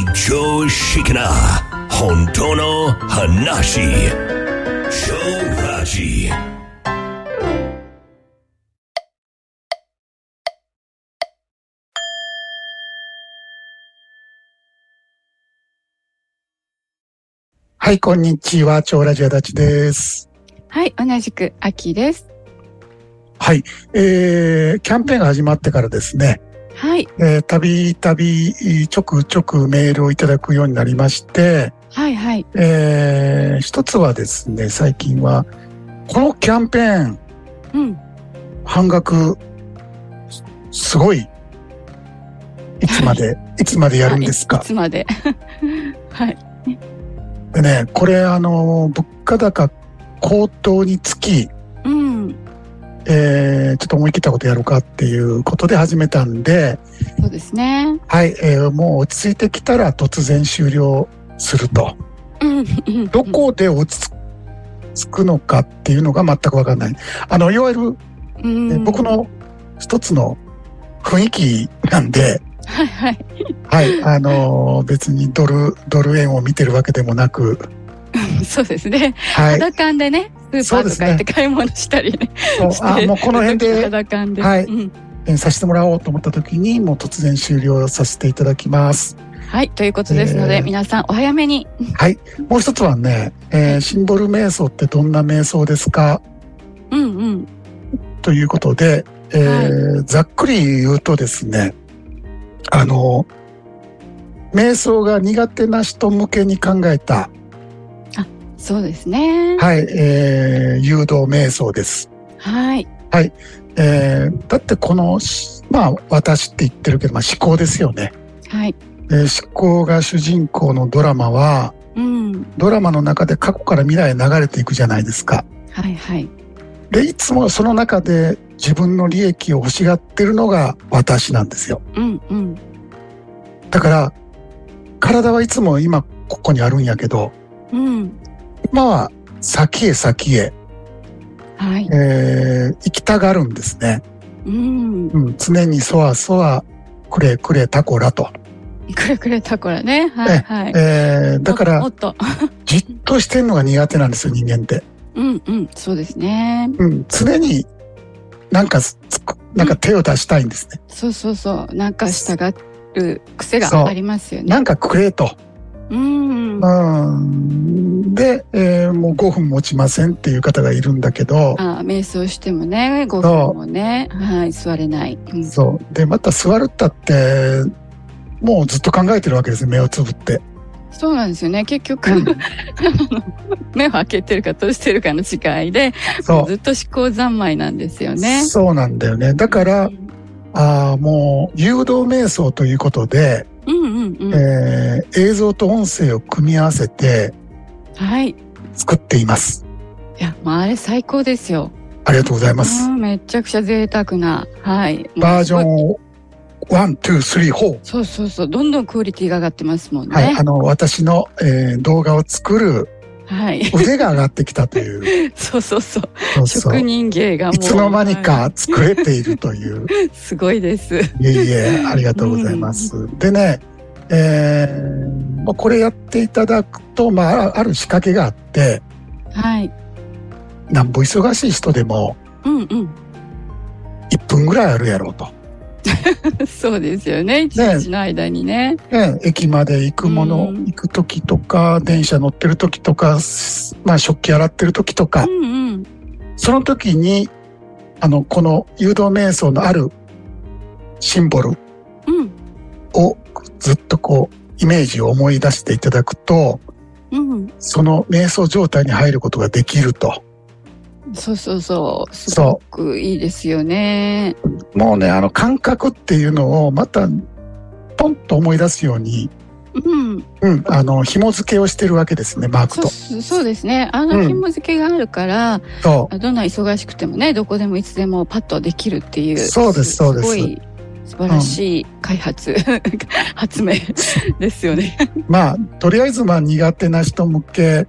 常識な本当の話。超ラジ。 はい、こんにちは。超ラジオ足立です。 はい、同じく秋です。 はい、キャンペーンが始まってからですね。 はい。 たびたびちょくちょくメールをいただくようになりまして、 はいはい。 一つはですね、最近はこのキャンペーン、半額すごい。いつまで、いつまでやるんですか？ いつまで。はい。 でね、これ物価高高騰につき、ちょっと思い切ったことやろうかっていうことで始めたんで、 そうですね。 はい、もう落ち着いてきたら突然終了すると。どこで落ち着くのかっていうのが全く分かんない。いわゆる、僕の一つの雰囲気なんで、 はいはい。 はい、別にドル円を見てるわけでもなく、 そうですね。 はい、 肌感でね、スーパーとか行って買い物したりね。 もうこの辺で、 肌感で。 はい、させてもらおうと思った時に、もう突然終了させていただきます。 はい、ということですので、皆さんお早めに。 はい、もう一つはね、シンボル瞑想ってどんな瞑想ですか？ということで、ざっくり言うとですね、瞑想が苦手な人向けに考えた、 そうですね。 はい、誘導瞑想です。 はい。 はい。だってこの、私って言ってるけど、思考ですよね。 はい。 思考が主人公のドラマは、ドラマの中で過去から未来へ流れていくじゃないですか。 はいはい。 で、いつもその中で自分の利益を欲しがってるのが私なんですよ。だから、体はいつも今ここにあるんやけど、今は先へ先へ、 はい、 行きたがるんですね。常にそわそわくれくれタコラと。 くれくれタコラね。はいはい。 だからじっとしてんのが苦手なんですよ、人間って。 そうですね。 常になんか手を出したいんですね。 そう。なんか従う癖がありますよね。 なんかくれと。で、もう5分持ちませんっていう方がいるんだけど。 瞑想してもね、5分もね、はい、座れない。 そう。で、また座るったって、もうずっと考えてるわけですよ、目をつぶって。 そうなんですよね。結局、目を開けてるか閉じてるかの違いで、ずっと思考三昧なんですよね。 そうなんだよね。だから、もう誘導瞑想ということで、映像と音声を組み合わせて作っています。 いや、あれ最高ですよ。 ありがとうございます。 めちゃくちゃ贅沢な、 バージョン1、2、3、4。 そう。どんどんクオリティが上がってますもんね。 私の、動画を作る腕が上がってきたという。 そう。職人芸がもう。いつの間にか作れているという。 すごいです。 いえ、ありがとうございます。でね、これやっていただくと、ある仕掛けがあって、なんぼ忙しい人でも、1分ぐらいあるやろうと。 そうですよね。一日の間にね。 駅まで行く時とか、電車乗ってる時とか、食器洗ってる時とか、その時に、この誘導瞑想のあるシンボルをずっとイメージを思い出していただくと、その瞑想状態に入ることができると。 そう。すごくいいですよね。 もうね、感覚っていうのをまたポンと思い出すように、紐付けをしてるわけですね、マークと。 そうですね。紐付けがあるから、どんな忙しくてもね、どこでもいつでもパッとできるっていう。そうです。すごい素晴らしい開発、発明ですよね。 とりあえず苦手な人向け、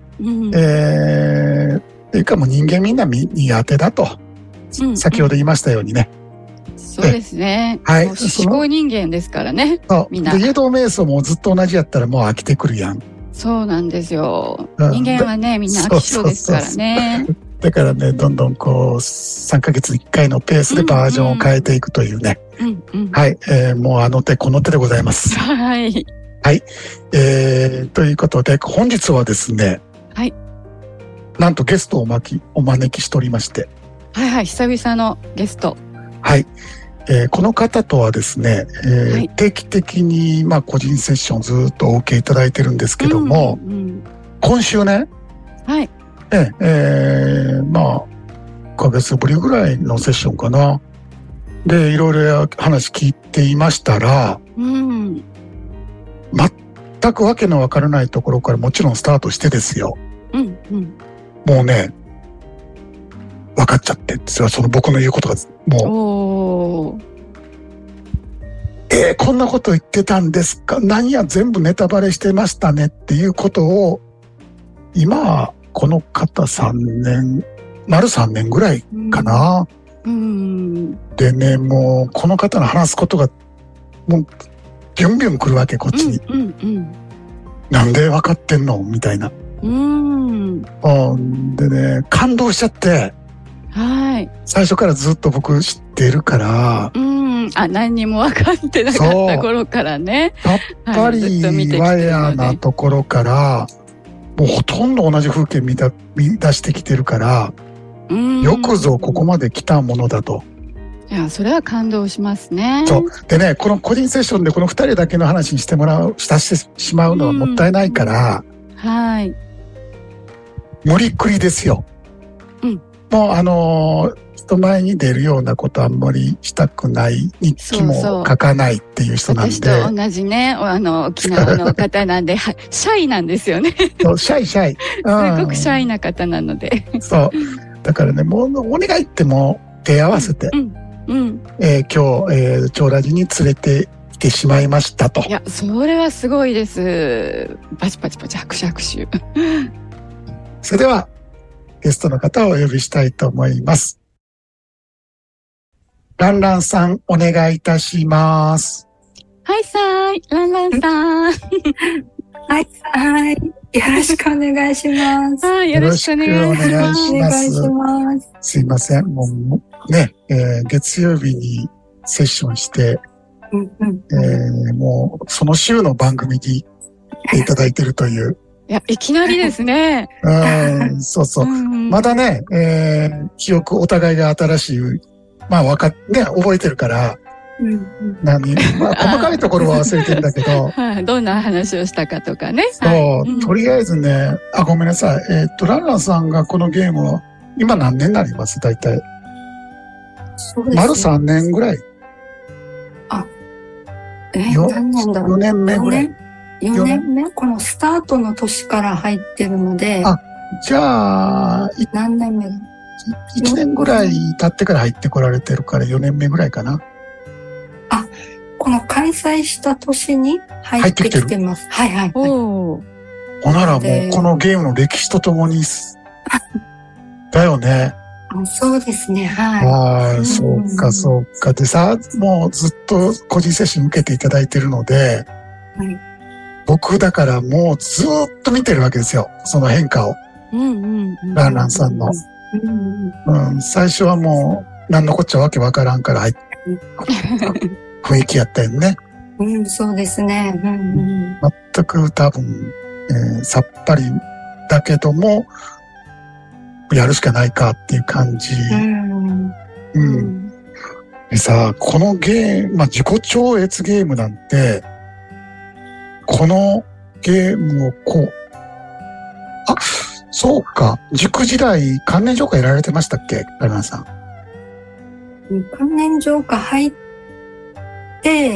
っていうかもう人間みんな苦手だと、先ほど言いましたようにね。 そうですね。はい。思考人間ですからね。みんな。 誘導瞑想もずっと同じやったらもう飽きてくるやん。 そうなんですよ。人間はね、みんな飽き性ですからね。 だからね、どんどんこう、3ヶ月に1回のペースでバージョンを変えていくというね。はい。もうあの手この手でございます。 はい。 はい。ということで、本日はですね。 はい。 なんとゲストをお招きしておりまして。 はいはい、久々のゲスト。 はい。この方とはですね、はい、定期的に個人セッションずっとお受けいただいてるんですけども、今週ね、 はい。 1ヶ月ぶりぐらいのセッションかな。で、いろいろ話聞いていましたら、全くわけのわからないところからもちろんスタートしてですよ。もうね、分かっちゃってその僕の言うことがもうこんなこと言ってたんですか、何や全部ネタバレしてましたねっていうことを今この方丸3年ぐらいかな。でね、もうこの方の話すことがもうビュンビュン来るわけ、こっちに。なんで分かってんのみたいな。でね、感動しちゃって。 はい。 最初からずっと僕知ってるから。 何にも分かってなかった頃からね。 やっぱりワイヤーなところから、もうほとんど同じ風景見出してきてるから、よくぞここまで来たものだと。 いや、それは感動しますね。 そう。でね、この個人セッションでこの2人だけの話にしてしまうのはもったいないから、 はい。 無理くりですよ。もう人前に出るようなことあんまりしたくない、日記も書かないっていう人なんで。 私と同じね、沖縄の方なんで、シャイなんですよね。 そう、シャイ。すごくシャイな方なので。 そう。だからね、もうお願いっても手合わせて、今日、超ラジに連れてきてしまいましたと。 いや、それはすごいです。パチパチパチ、拍手。 それでは、ゲストの方をお呼びしたいと思います。ランランさん、お願いいたします。 はいランランさん。 はい。よろしくお願いします。 よろしくお願いします。 すいません。もうね、月曜日にセッションして、もうその週の番組に来ていただいているという。 いや、いきなりですね。 そう。まだね、記憶お互いが新しい、覚えてるから、細かいところは忘れてるんだけど、 どんな話をしたかとかね。 そう、とりあえずね、ごめんなさい。ランランさんがこのゲームは、今何年になります？大体。 そうですね。 丸3年ぐらい。 何年だろう。 4年目ぐらい。 4年目？このスタートの年から入ってるので。 じゃあ、 何年目？ 1 年ぐらい経ってから入ってこられてるから4年目ぐらいかな。 この開催した年に入ってきてます。はい。 ほならもうこのゲームの歴史とともに、だよね。 そうですね、 そうか。でさ、もうずっと個人セッション受けていただいてるので、僕だからもうずっと見てるわけですよ。その変化を。ランランさんの。最初はもう何のこっちゃわけわからんから入って、雰囲気やったよね。 そうですね。 全く多分、さっぱりだけども、やるしかないかっていう感じ。でさ、このゲーム、自己超越ゲームなんて、このゲームをそうか。塾時代、関連浄化やられてましたっけ？ランナーさん。 関連浄化入って、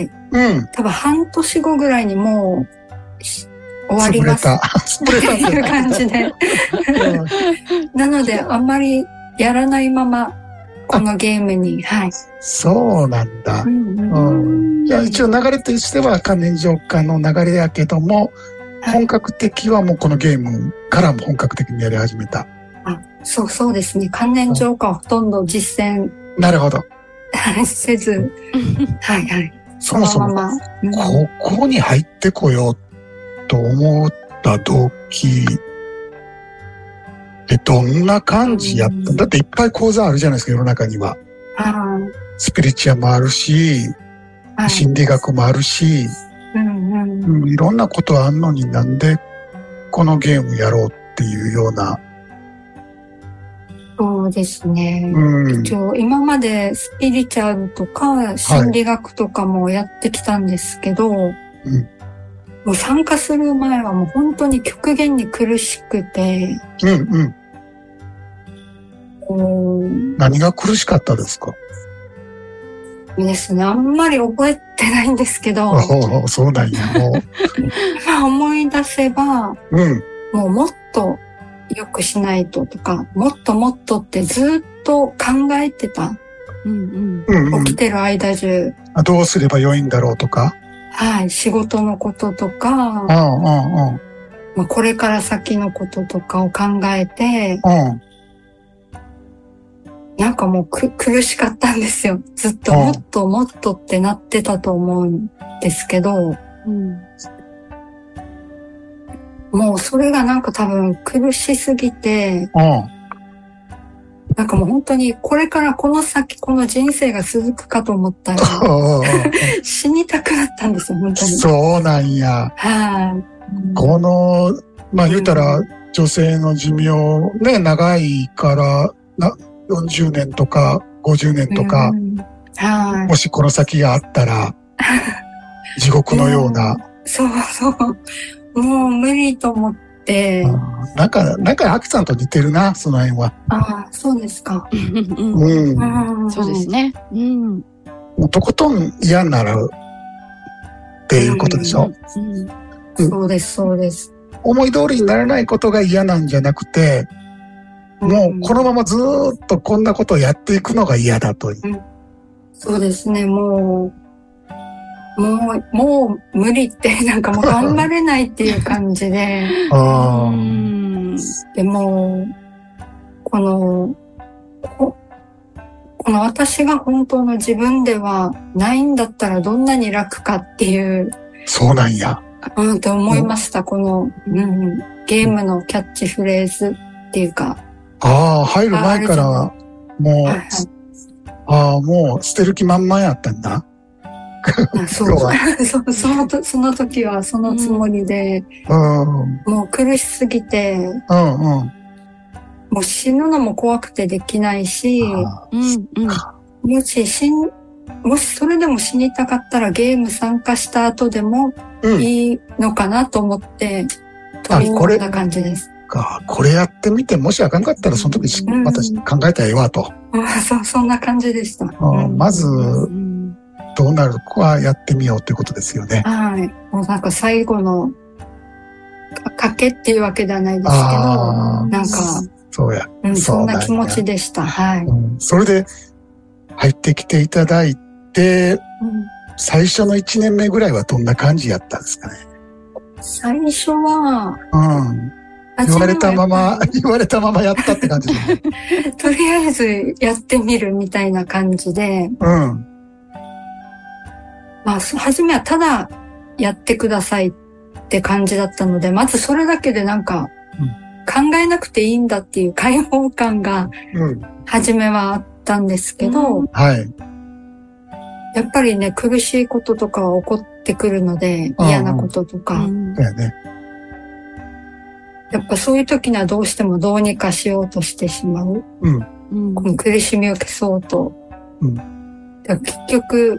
多分半年後ぐらいにもう終わります。 潰れたっていう感じで。なので、あんまりやらないまま、このゲームに、 そうなんだ。じゃあ一応流れとしては関連浄化の流れやけども、本格的はもうこのゲームからも本格的にやり始めた。 そうですね。関連浄化はほとんど実践。 なるほど。 せず、はいはい。 そもそも、ここに入ってこようと思った動機ってどんな感じやった？だっていっぱい講座あるじゃないですか、世の中には。スピリチュアもあるし、心理学もあるし、いろんなことあんのになんでこのゲームやろうっていうような。 そうですね。一応今までスピリチュアルとか心理学とかもやってきたんですけど、もう参加する前はもう本当に極限に苦しくて、 何が苦しかったですか？ ですね。あんまり覚えてないんですけど。 そうなんや、もう。 思い出せば、もうもっと良くしないととか、もっともっとってずっと考えてた。起きてる間中。 どうすれば良いんだろうとか。 はい。仕事のこととか、これから先のこととかを考えて、なんかもう苦しかったんですよ。ずっともっともっとってなってたと思うんですけど、もうそれがなんか多分苦しすぎて、なんかもう本当にこれからこの先この人生が続くかと思ったら死にたくなったんですよ、本当に。 そうなんや。この、言うたら女性の寿命ね、長いから40年とか50年とか、もしこの先があったら地獄のような。 そうそう。もう無理と思って。 なんかアキさんと似てるな、その辺は。 そうですか。 そうですね。 もうとことん嫌になるっていうことでしょ。 そうです、そうです。 思い通りにならないことが嫌なんじゃなくて、もうこのままずーっとこんなことをやっていくのが嫌だという。 そうですね、もう無理ってなんかもう頑張れないっていう感じで。でも、この私が本当の自分ではないんだったらどんなに楽かっていう。 そうなんや。 って思いました。この、ゲームのキャッチフレーズっていうか。 入る前から、もう、もう捨てる気満々やったんだ。 その時はそのつもりで、もう苦しすぎて、もう死ぬのも怖くてできないし、もしそれでも死にたかったらゲーム参加した後でもいいのかなと思って飛び込んだ感じです。 これやってみて、もしあかんかったらその時また考えたらええわと。 そんな感じでした。 まず、どうなるかはやってみようということですよね。 はい。もうなんか最後の賭けっていうわけではないですけど、なんか、 そうや。 そんな気持ちでした。はい。 それで入ってきていただいて、最初の1年目ぐらいはどんな感じやったんですかね。 最初は、 言われたままやったって感じで。 とりあえずやってみるみたいな感じで、初めはただやってくださいって感じだったので、まずそれだけでなんか、考えなくていいんだっていう解放感が、初めはあったんですけど、やっぱりね、苦しいこととかは起こってくるので、嫌なこととか。やっぱそういう時にはどうしてもどうにかしようとしてしまう。この苦しみを消そうと。結局、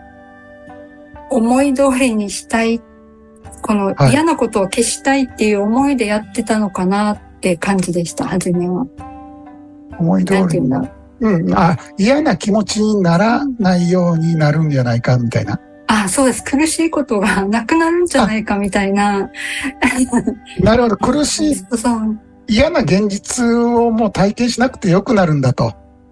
思い通りにしたい、この嫌なことを消したいっていう思いでやってたのかなって感じでした、初めは。 思い通りに。嫌な気持ちにならないようになるんじゃないかみたいな。 そうです。苦しいことがなくなるんじゃないかみたいな。 なるほど。苦しい。嫌な現実をもう体験しなくてよくなるんだと。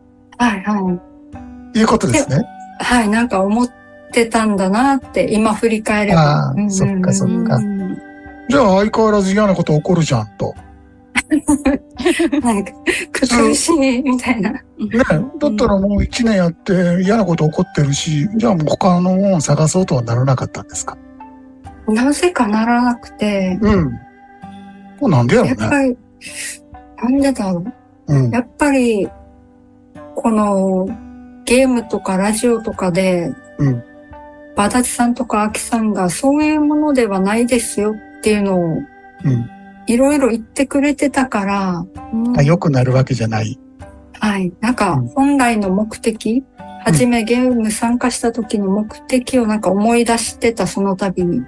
いうことですね。 なんか思ってたんだなって今振り返れば。 そっかそっか。じゃあ相変わらず嫌なこと起こるじゃんと。 なんか、苦しいみたいな。 ね、だったらもう1年やって嫌なこと起こってるし、じゃあもう他のものを探そうとはならなかったんですか？ なぜかならなくて。 もうなんでやろうね。 やっぱり、なんでだろう。やっぱり、この、ゲームとかラジオとかで、バダチさんとかアキさんがそういうものではないですよっていうのを、いろいろ言ってくれてたから、 良くなるわけじゃない。 はい。なんか、本来の目的、初めゲーム参加した時の目的をなんか思い出してた、その度に。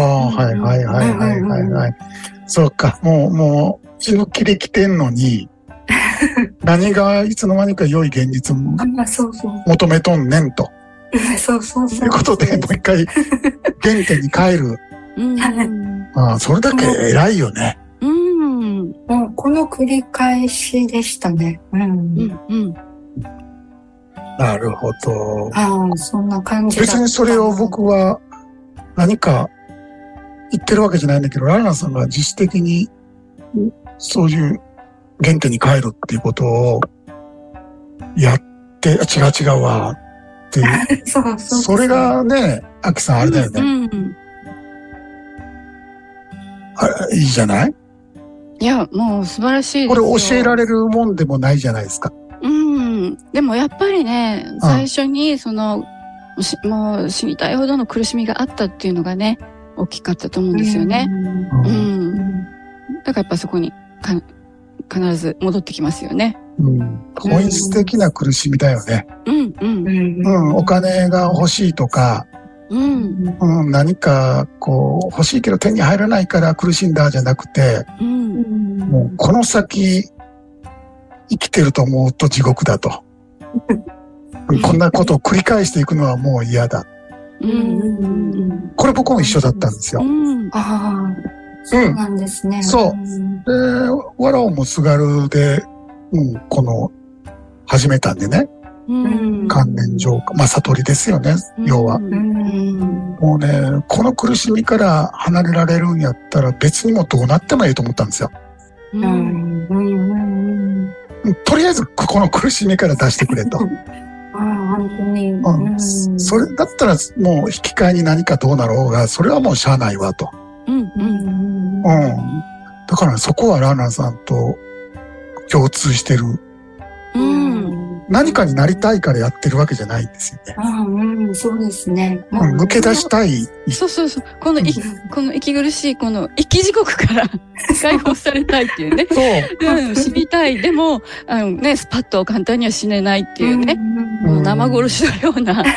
はい。そうか。もう、死ぬ気で来てんのに、何がいつの間にか良い現実も求めとんねんと。 そう。 ということで、もう一回、原点に帰る。それだけ偉いよね。 もうこの繰り返しでしたね。 なるほど。 そんな感じだった。 別にそれを僕は何か言ってるわけじゃないんだけど、ララさんが自主的にそういう原点に帰るっていうことをやって、違うわっていう。それがね、アキさんあれだよね。いいじゃない？ いや、もう素晴らしいですよ。 これ教えられるもんでもないじゃないですか。 でもやっぱりね、最初にもう死にたいほどの苦しみがあったっていうのがね、大きかったと思うんですよね。だからやっぱそこに必ず戻ってきますよね。 本質的な苦しみだよね。お金が欲しいとか、何かこう欲しいけど手に入らないから苦しんだじゃなくて、もうこの先生きてると思うと地獄だと。こんなことを繰り返していくのはもう嫌だ。これ僕も一緒だったんですよ。 そうなんですね。 そう。で、わらをもすがるで、始めたんでね。観念浄化。悟りですよね、要は。もうね、この苦しみから離れられるんやったら別にもどうなってもいいと思ったんですよ。とりあえずここの苦しみから出してくれと。 本当に。 それだったらもう引き換えに何かどうなろうが、それはもうしゃあないわと。だからそこはラーナーさんと共通してる。何かになりたいからやってるわけじゃないんですよね。そうですね。 抜け出したい。 そう。この息苦しい、この生き地獄から解放されたいっていうね。死にたい。でも、スパッと簡単には死ねないっていうね。生殺しのような、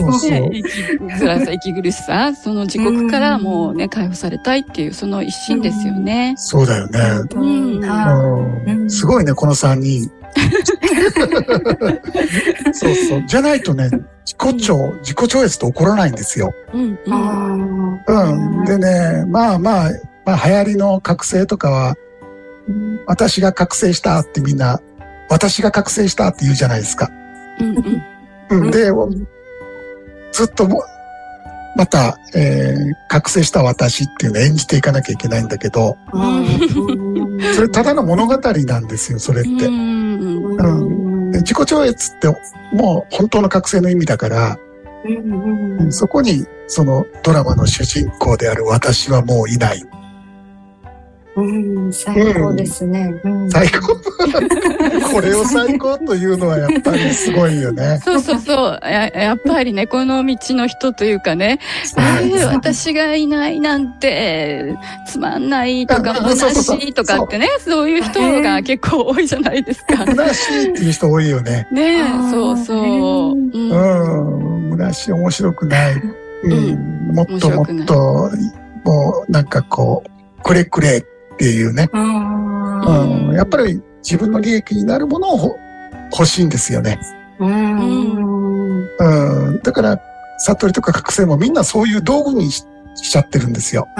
息苦しさ、その地獄からもうね、解放されたいっていう、その一心ですよね。 そうだよね。すごいね、この3人。そう。じゃないとね、自己超越って起こらないんですよ。でね、流行りの覚醒とかは、私が覚醒したってみんな、私が覚醒したって言うじゃないですか。で、ずっとまた、覚醒した私っていうのを演じていかなきゃいけないんだけど、それただの物語なんですよ、それって。自己超越ってもう本当の覚醒の意味だから、そこにそのドラマの主人公である私はもういない。 最高ですね。 最高。これを最高というのはやっぱりすごいよね。 そう。やっぱりね、この道の人というかね、私がいないなんて、つまんないとか、虚しいとかってね、そういう人が結構多いじゃないですか。 虚しいっていう人多いよね。 ねえ、そう。 虚しい、面白くない。もっともっと、もうなんかこう、くれくれ。っていうね。やっぱり自分の利益になるものを欲しいんですよね。だから、悟りとか覚醒もみんなそういう道具にしちゃってるんですよ。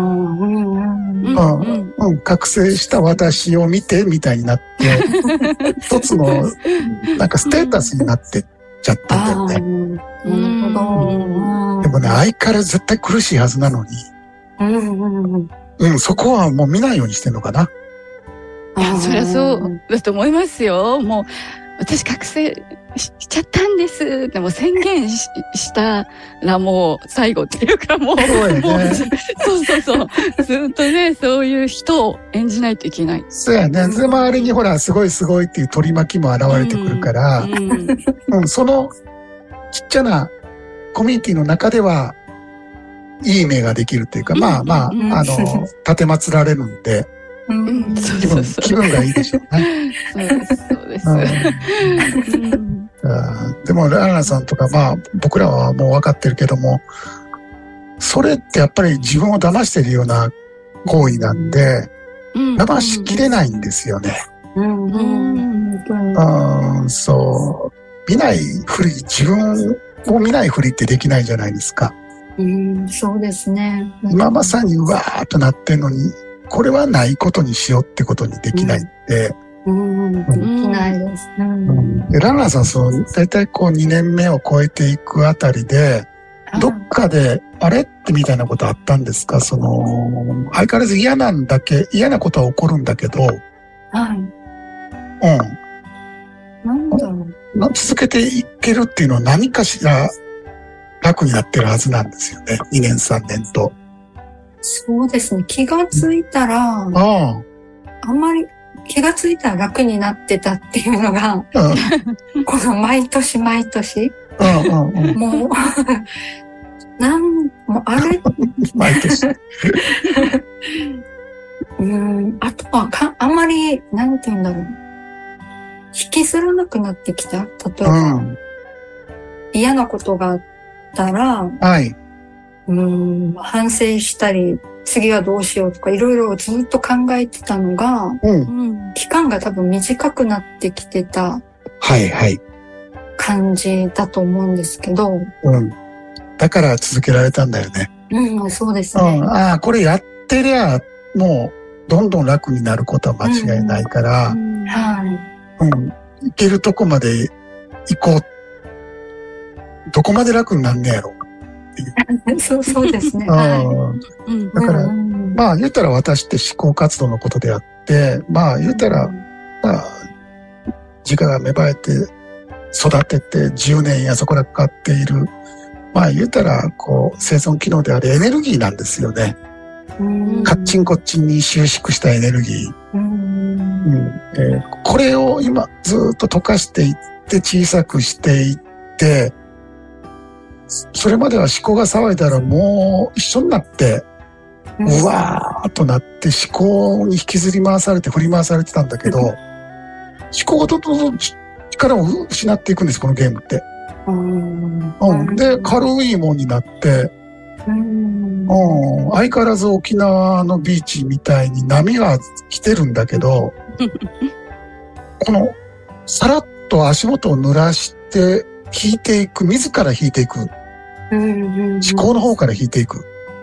覚醒した私を見てみたいになって、一つのなんかステータスになってっちゃってんだよね。でもね、相変わらず絶対苦しいはずなのに。そこはもう見ないようにしてんのかな。 いや、そりゃそうだと思いますよ。もう、私覚醒しちゃったんですでも宣言したらもう最後っていうかもう、 そうずっとね、そういう人を演じないといけない。 そうやね。で、周りにほら、すごいすごいっていう取り巻きも現れてくるから、そのちっちゃなコミュニティの中では、いい目ができるっていうか、立て祀られるんで、気分がいいでしょうね。 そうです。 でも、ララさんとか、僕らはもう分かってるけども、それってやっぱり自分を騙してるような行為なんで、騙しきれないんですよね。そう。見ないふり、自分を見ないふりってできないじゃないですか。 そうですね。 今まさにうわーっとなってんのに、これはないことにしようってことにできないんで。 できないです。 ララさん、だいたいこう2年目を超えていくあたりで、どっかで、あれってみたいなことあったんですか？相変わらず嫌なことは起こるんだけど。はい。 なんだろう。続けていけるっていうのは何かしら楽になってるはずなんですよね。2年3年と。 そうですね。気がついたら、あんまり気がついたら楽になってたっていうのが、この毎年、もう、もうあれ毎年。 あとはあんまり、なんて言うんだろう。引きずらなくなってきた。例えば、嫌なことがあったら、反省したり、次はどうしようとかいろいろずっと考えてたのが、期間が多分短くなってきてた感じだと思うんですけど、 だから続けられたんだよね。 そうですね。 これやってりゃもうどんどん楽になることは間違いないから、いけるとこまで行こう。どこまで楽になんねやろ。 そうですね。 だから、言ったら私って思考活動のことであって、言ったら、自我が芽生えて、育てて10年やそこらかかっている、言ったら、生存機能であるエネルギーなんですよね。カッチンコッチンに収縮したエネルギー。これを今ずっと溶かしていって小さくしていって、それまでは思考が騒いだらもう一緒になって、うわーっとなって思考に引きずり回されて振り回されてたんだけど、思考がどんどん力を失っていくんです、このゲームって。で、軽いもんになって、相変わらず沖縄のビーチみたいに波が来てるんだけど、この、さらっと足元を濡らして引いていく、自ら引いていく。思考の方から引いていく。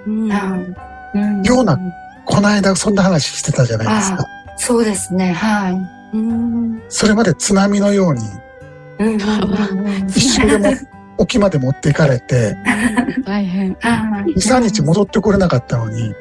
ような、この間そんな話してたじゃないですか。 そうですね、 それまで津波のように、一瞬でも沖まで持っていかれて、 大変。 2、3日戻ってこれなかったのに、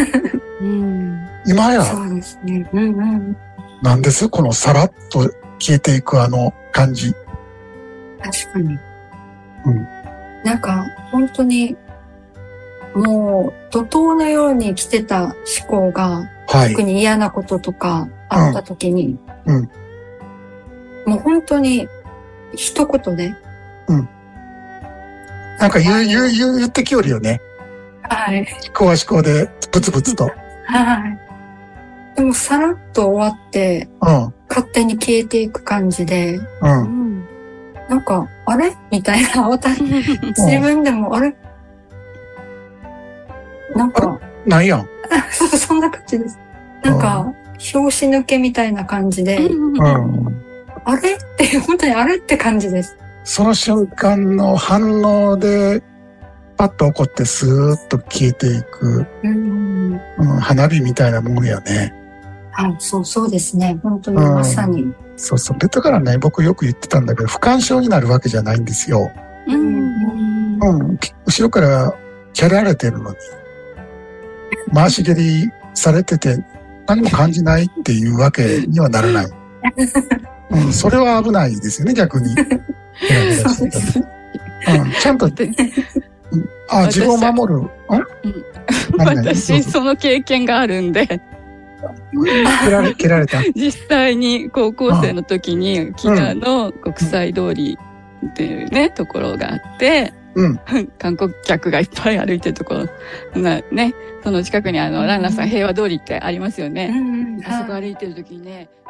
今や、なんですこのさらっと消えていくあの感じ。 確かに。なんか、本当に、もう、怒涛のように来てた思考が、特に嫌なこととかあった時に、もう本当に、一言で、 なんか言ってきよるよね。思考は思考で、ブツブツと。 でも、さらっと終わって、勝手に消えていく感じで、なんか、あれみたいな、自分でも、あれなんか、 ないやん。 そんな感じです。なんか、拍子抜けみたいな感じで、あれって、本当にあれって感じです。 その瞬間の反応で、パッと起こってスーッと消えていく、花火みたいなもんやね。 そうですね。本当にまさに。 そう。だからね、僕よく言ってたんだけど、不干渉になるわけじゃないんですよ。後ろから蹴られてるのに、回し蹴りされてて、 何も感じないっていうわけにはならない。それは危ないですよね、逆に。ちゃんと、自分を守る。 私、その経験があるんで。 蹴られた。 実際に高校生の時に沖縄の国際通りっていうね、ところがあって、観光客がいっぱい歩いてるところがね、その近くにランナーさん平和通りってありますよね。あそこ歩いてる時にね、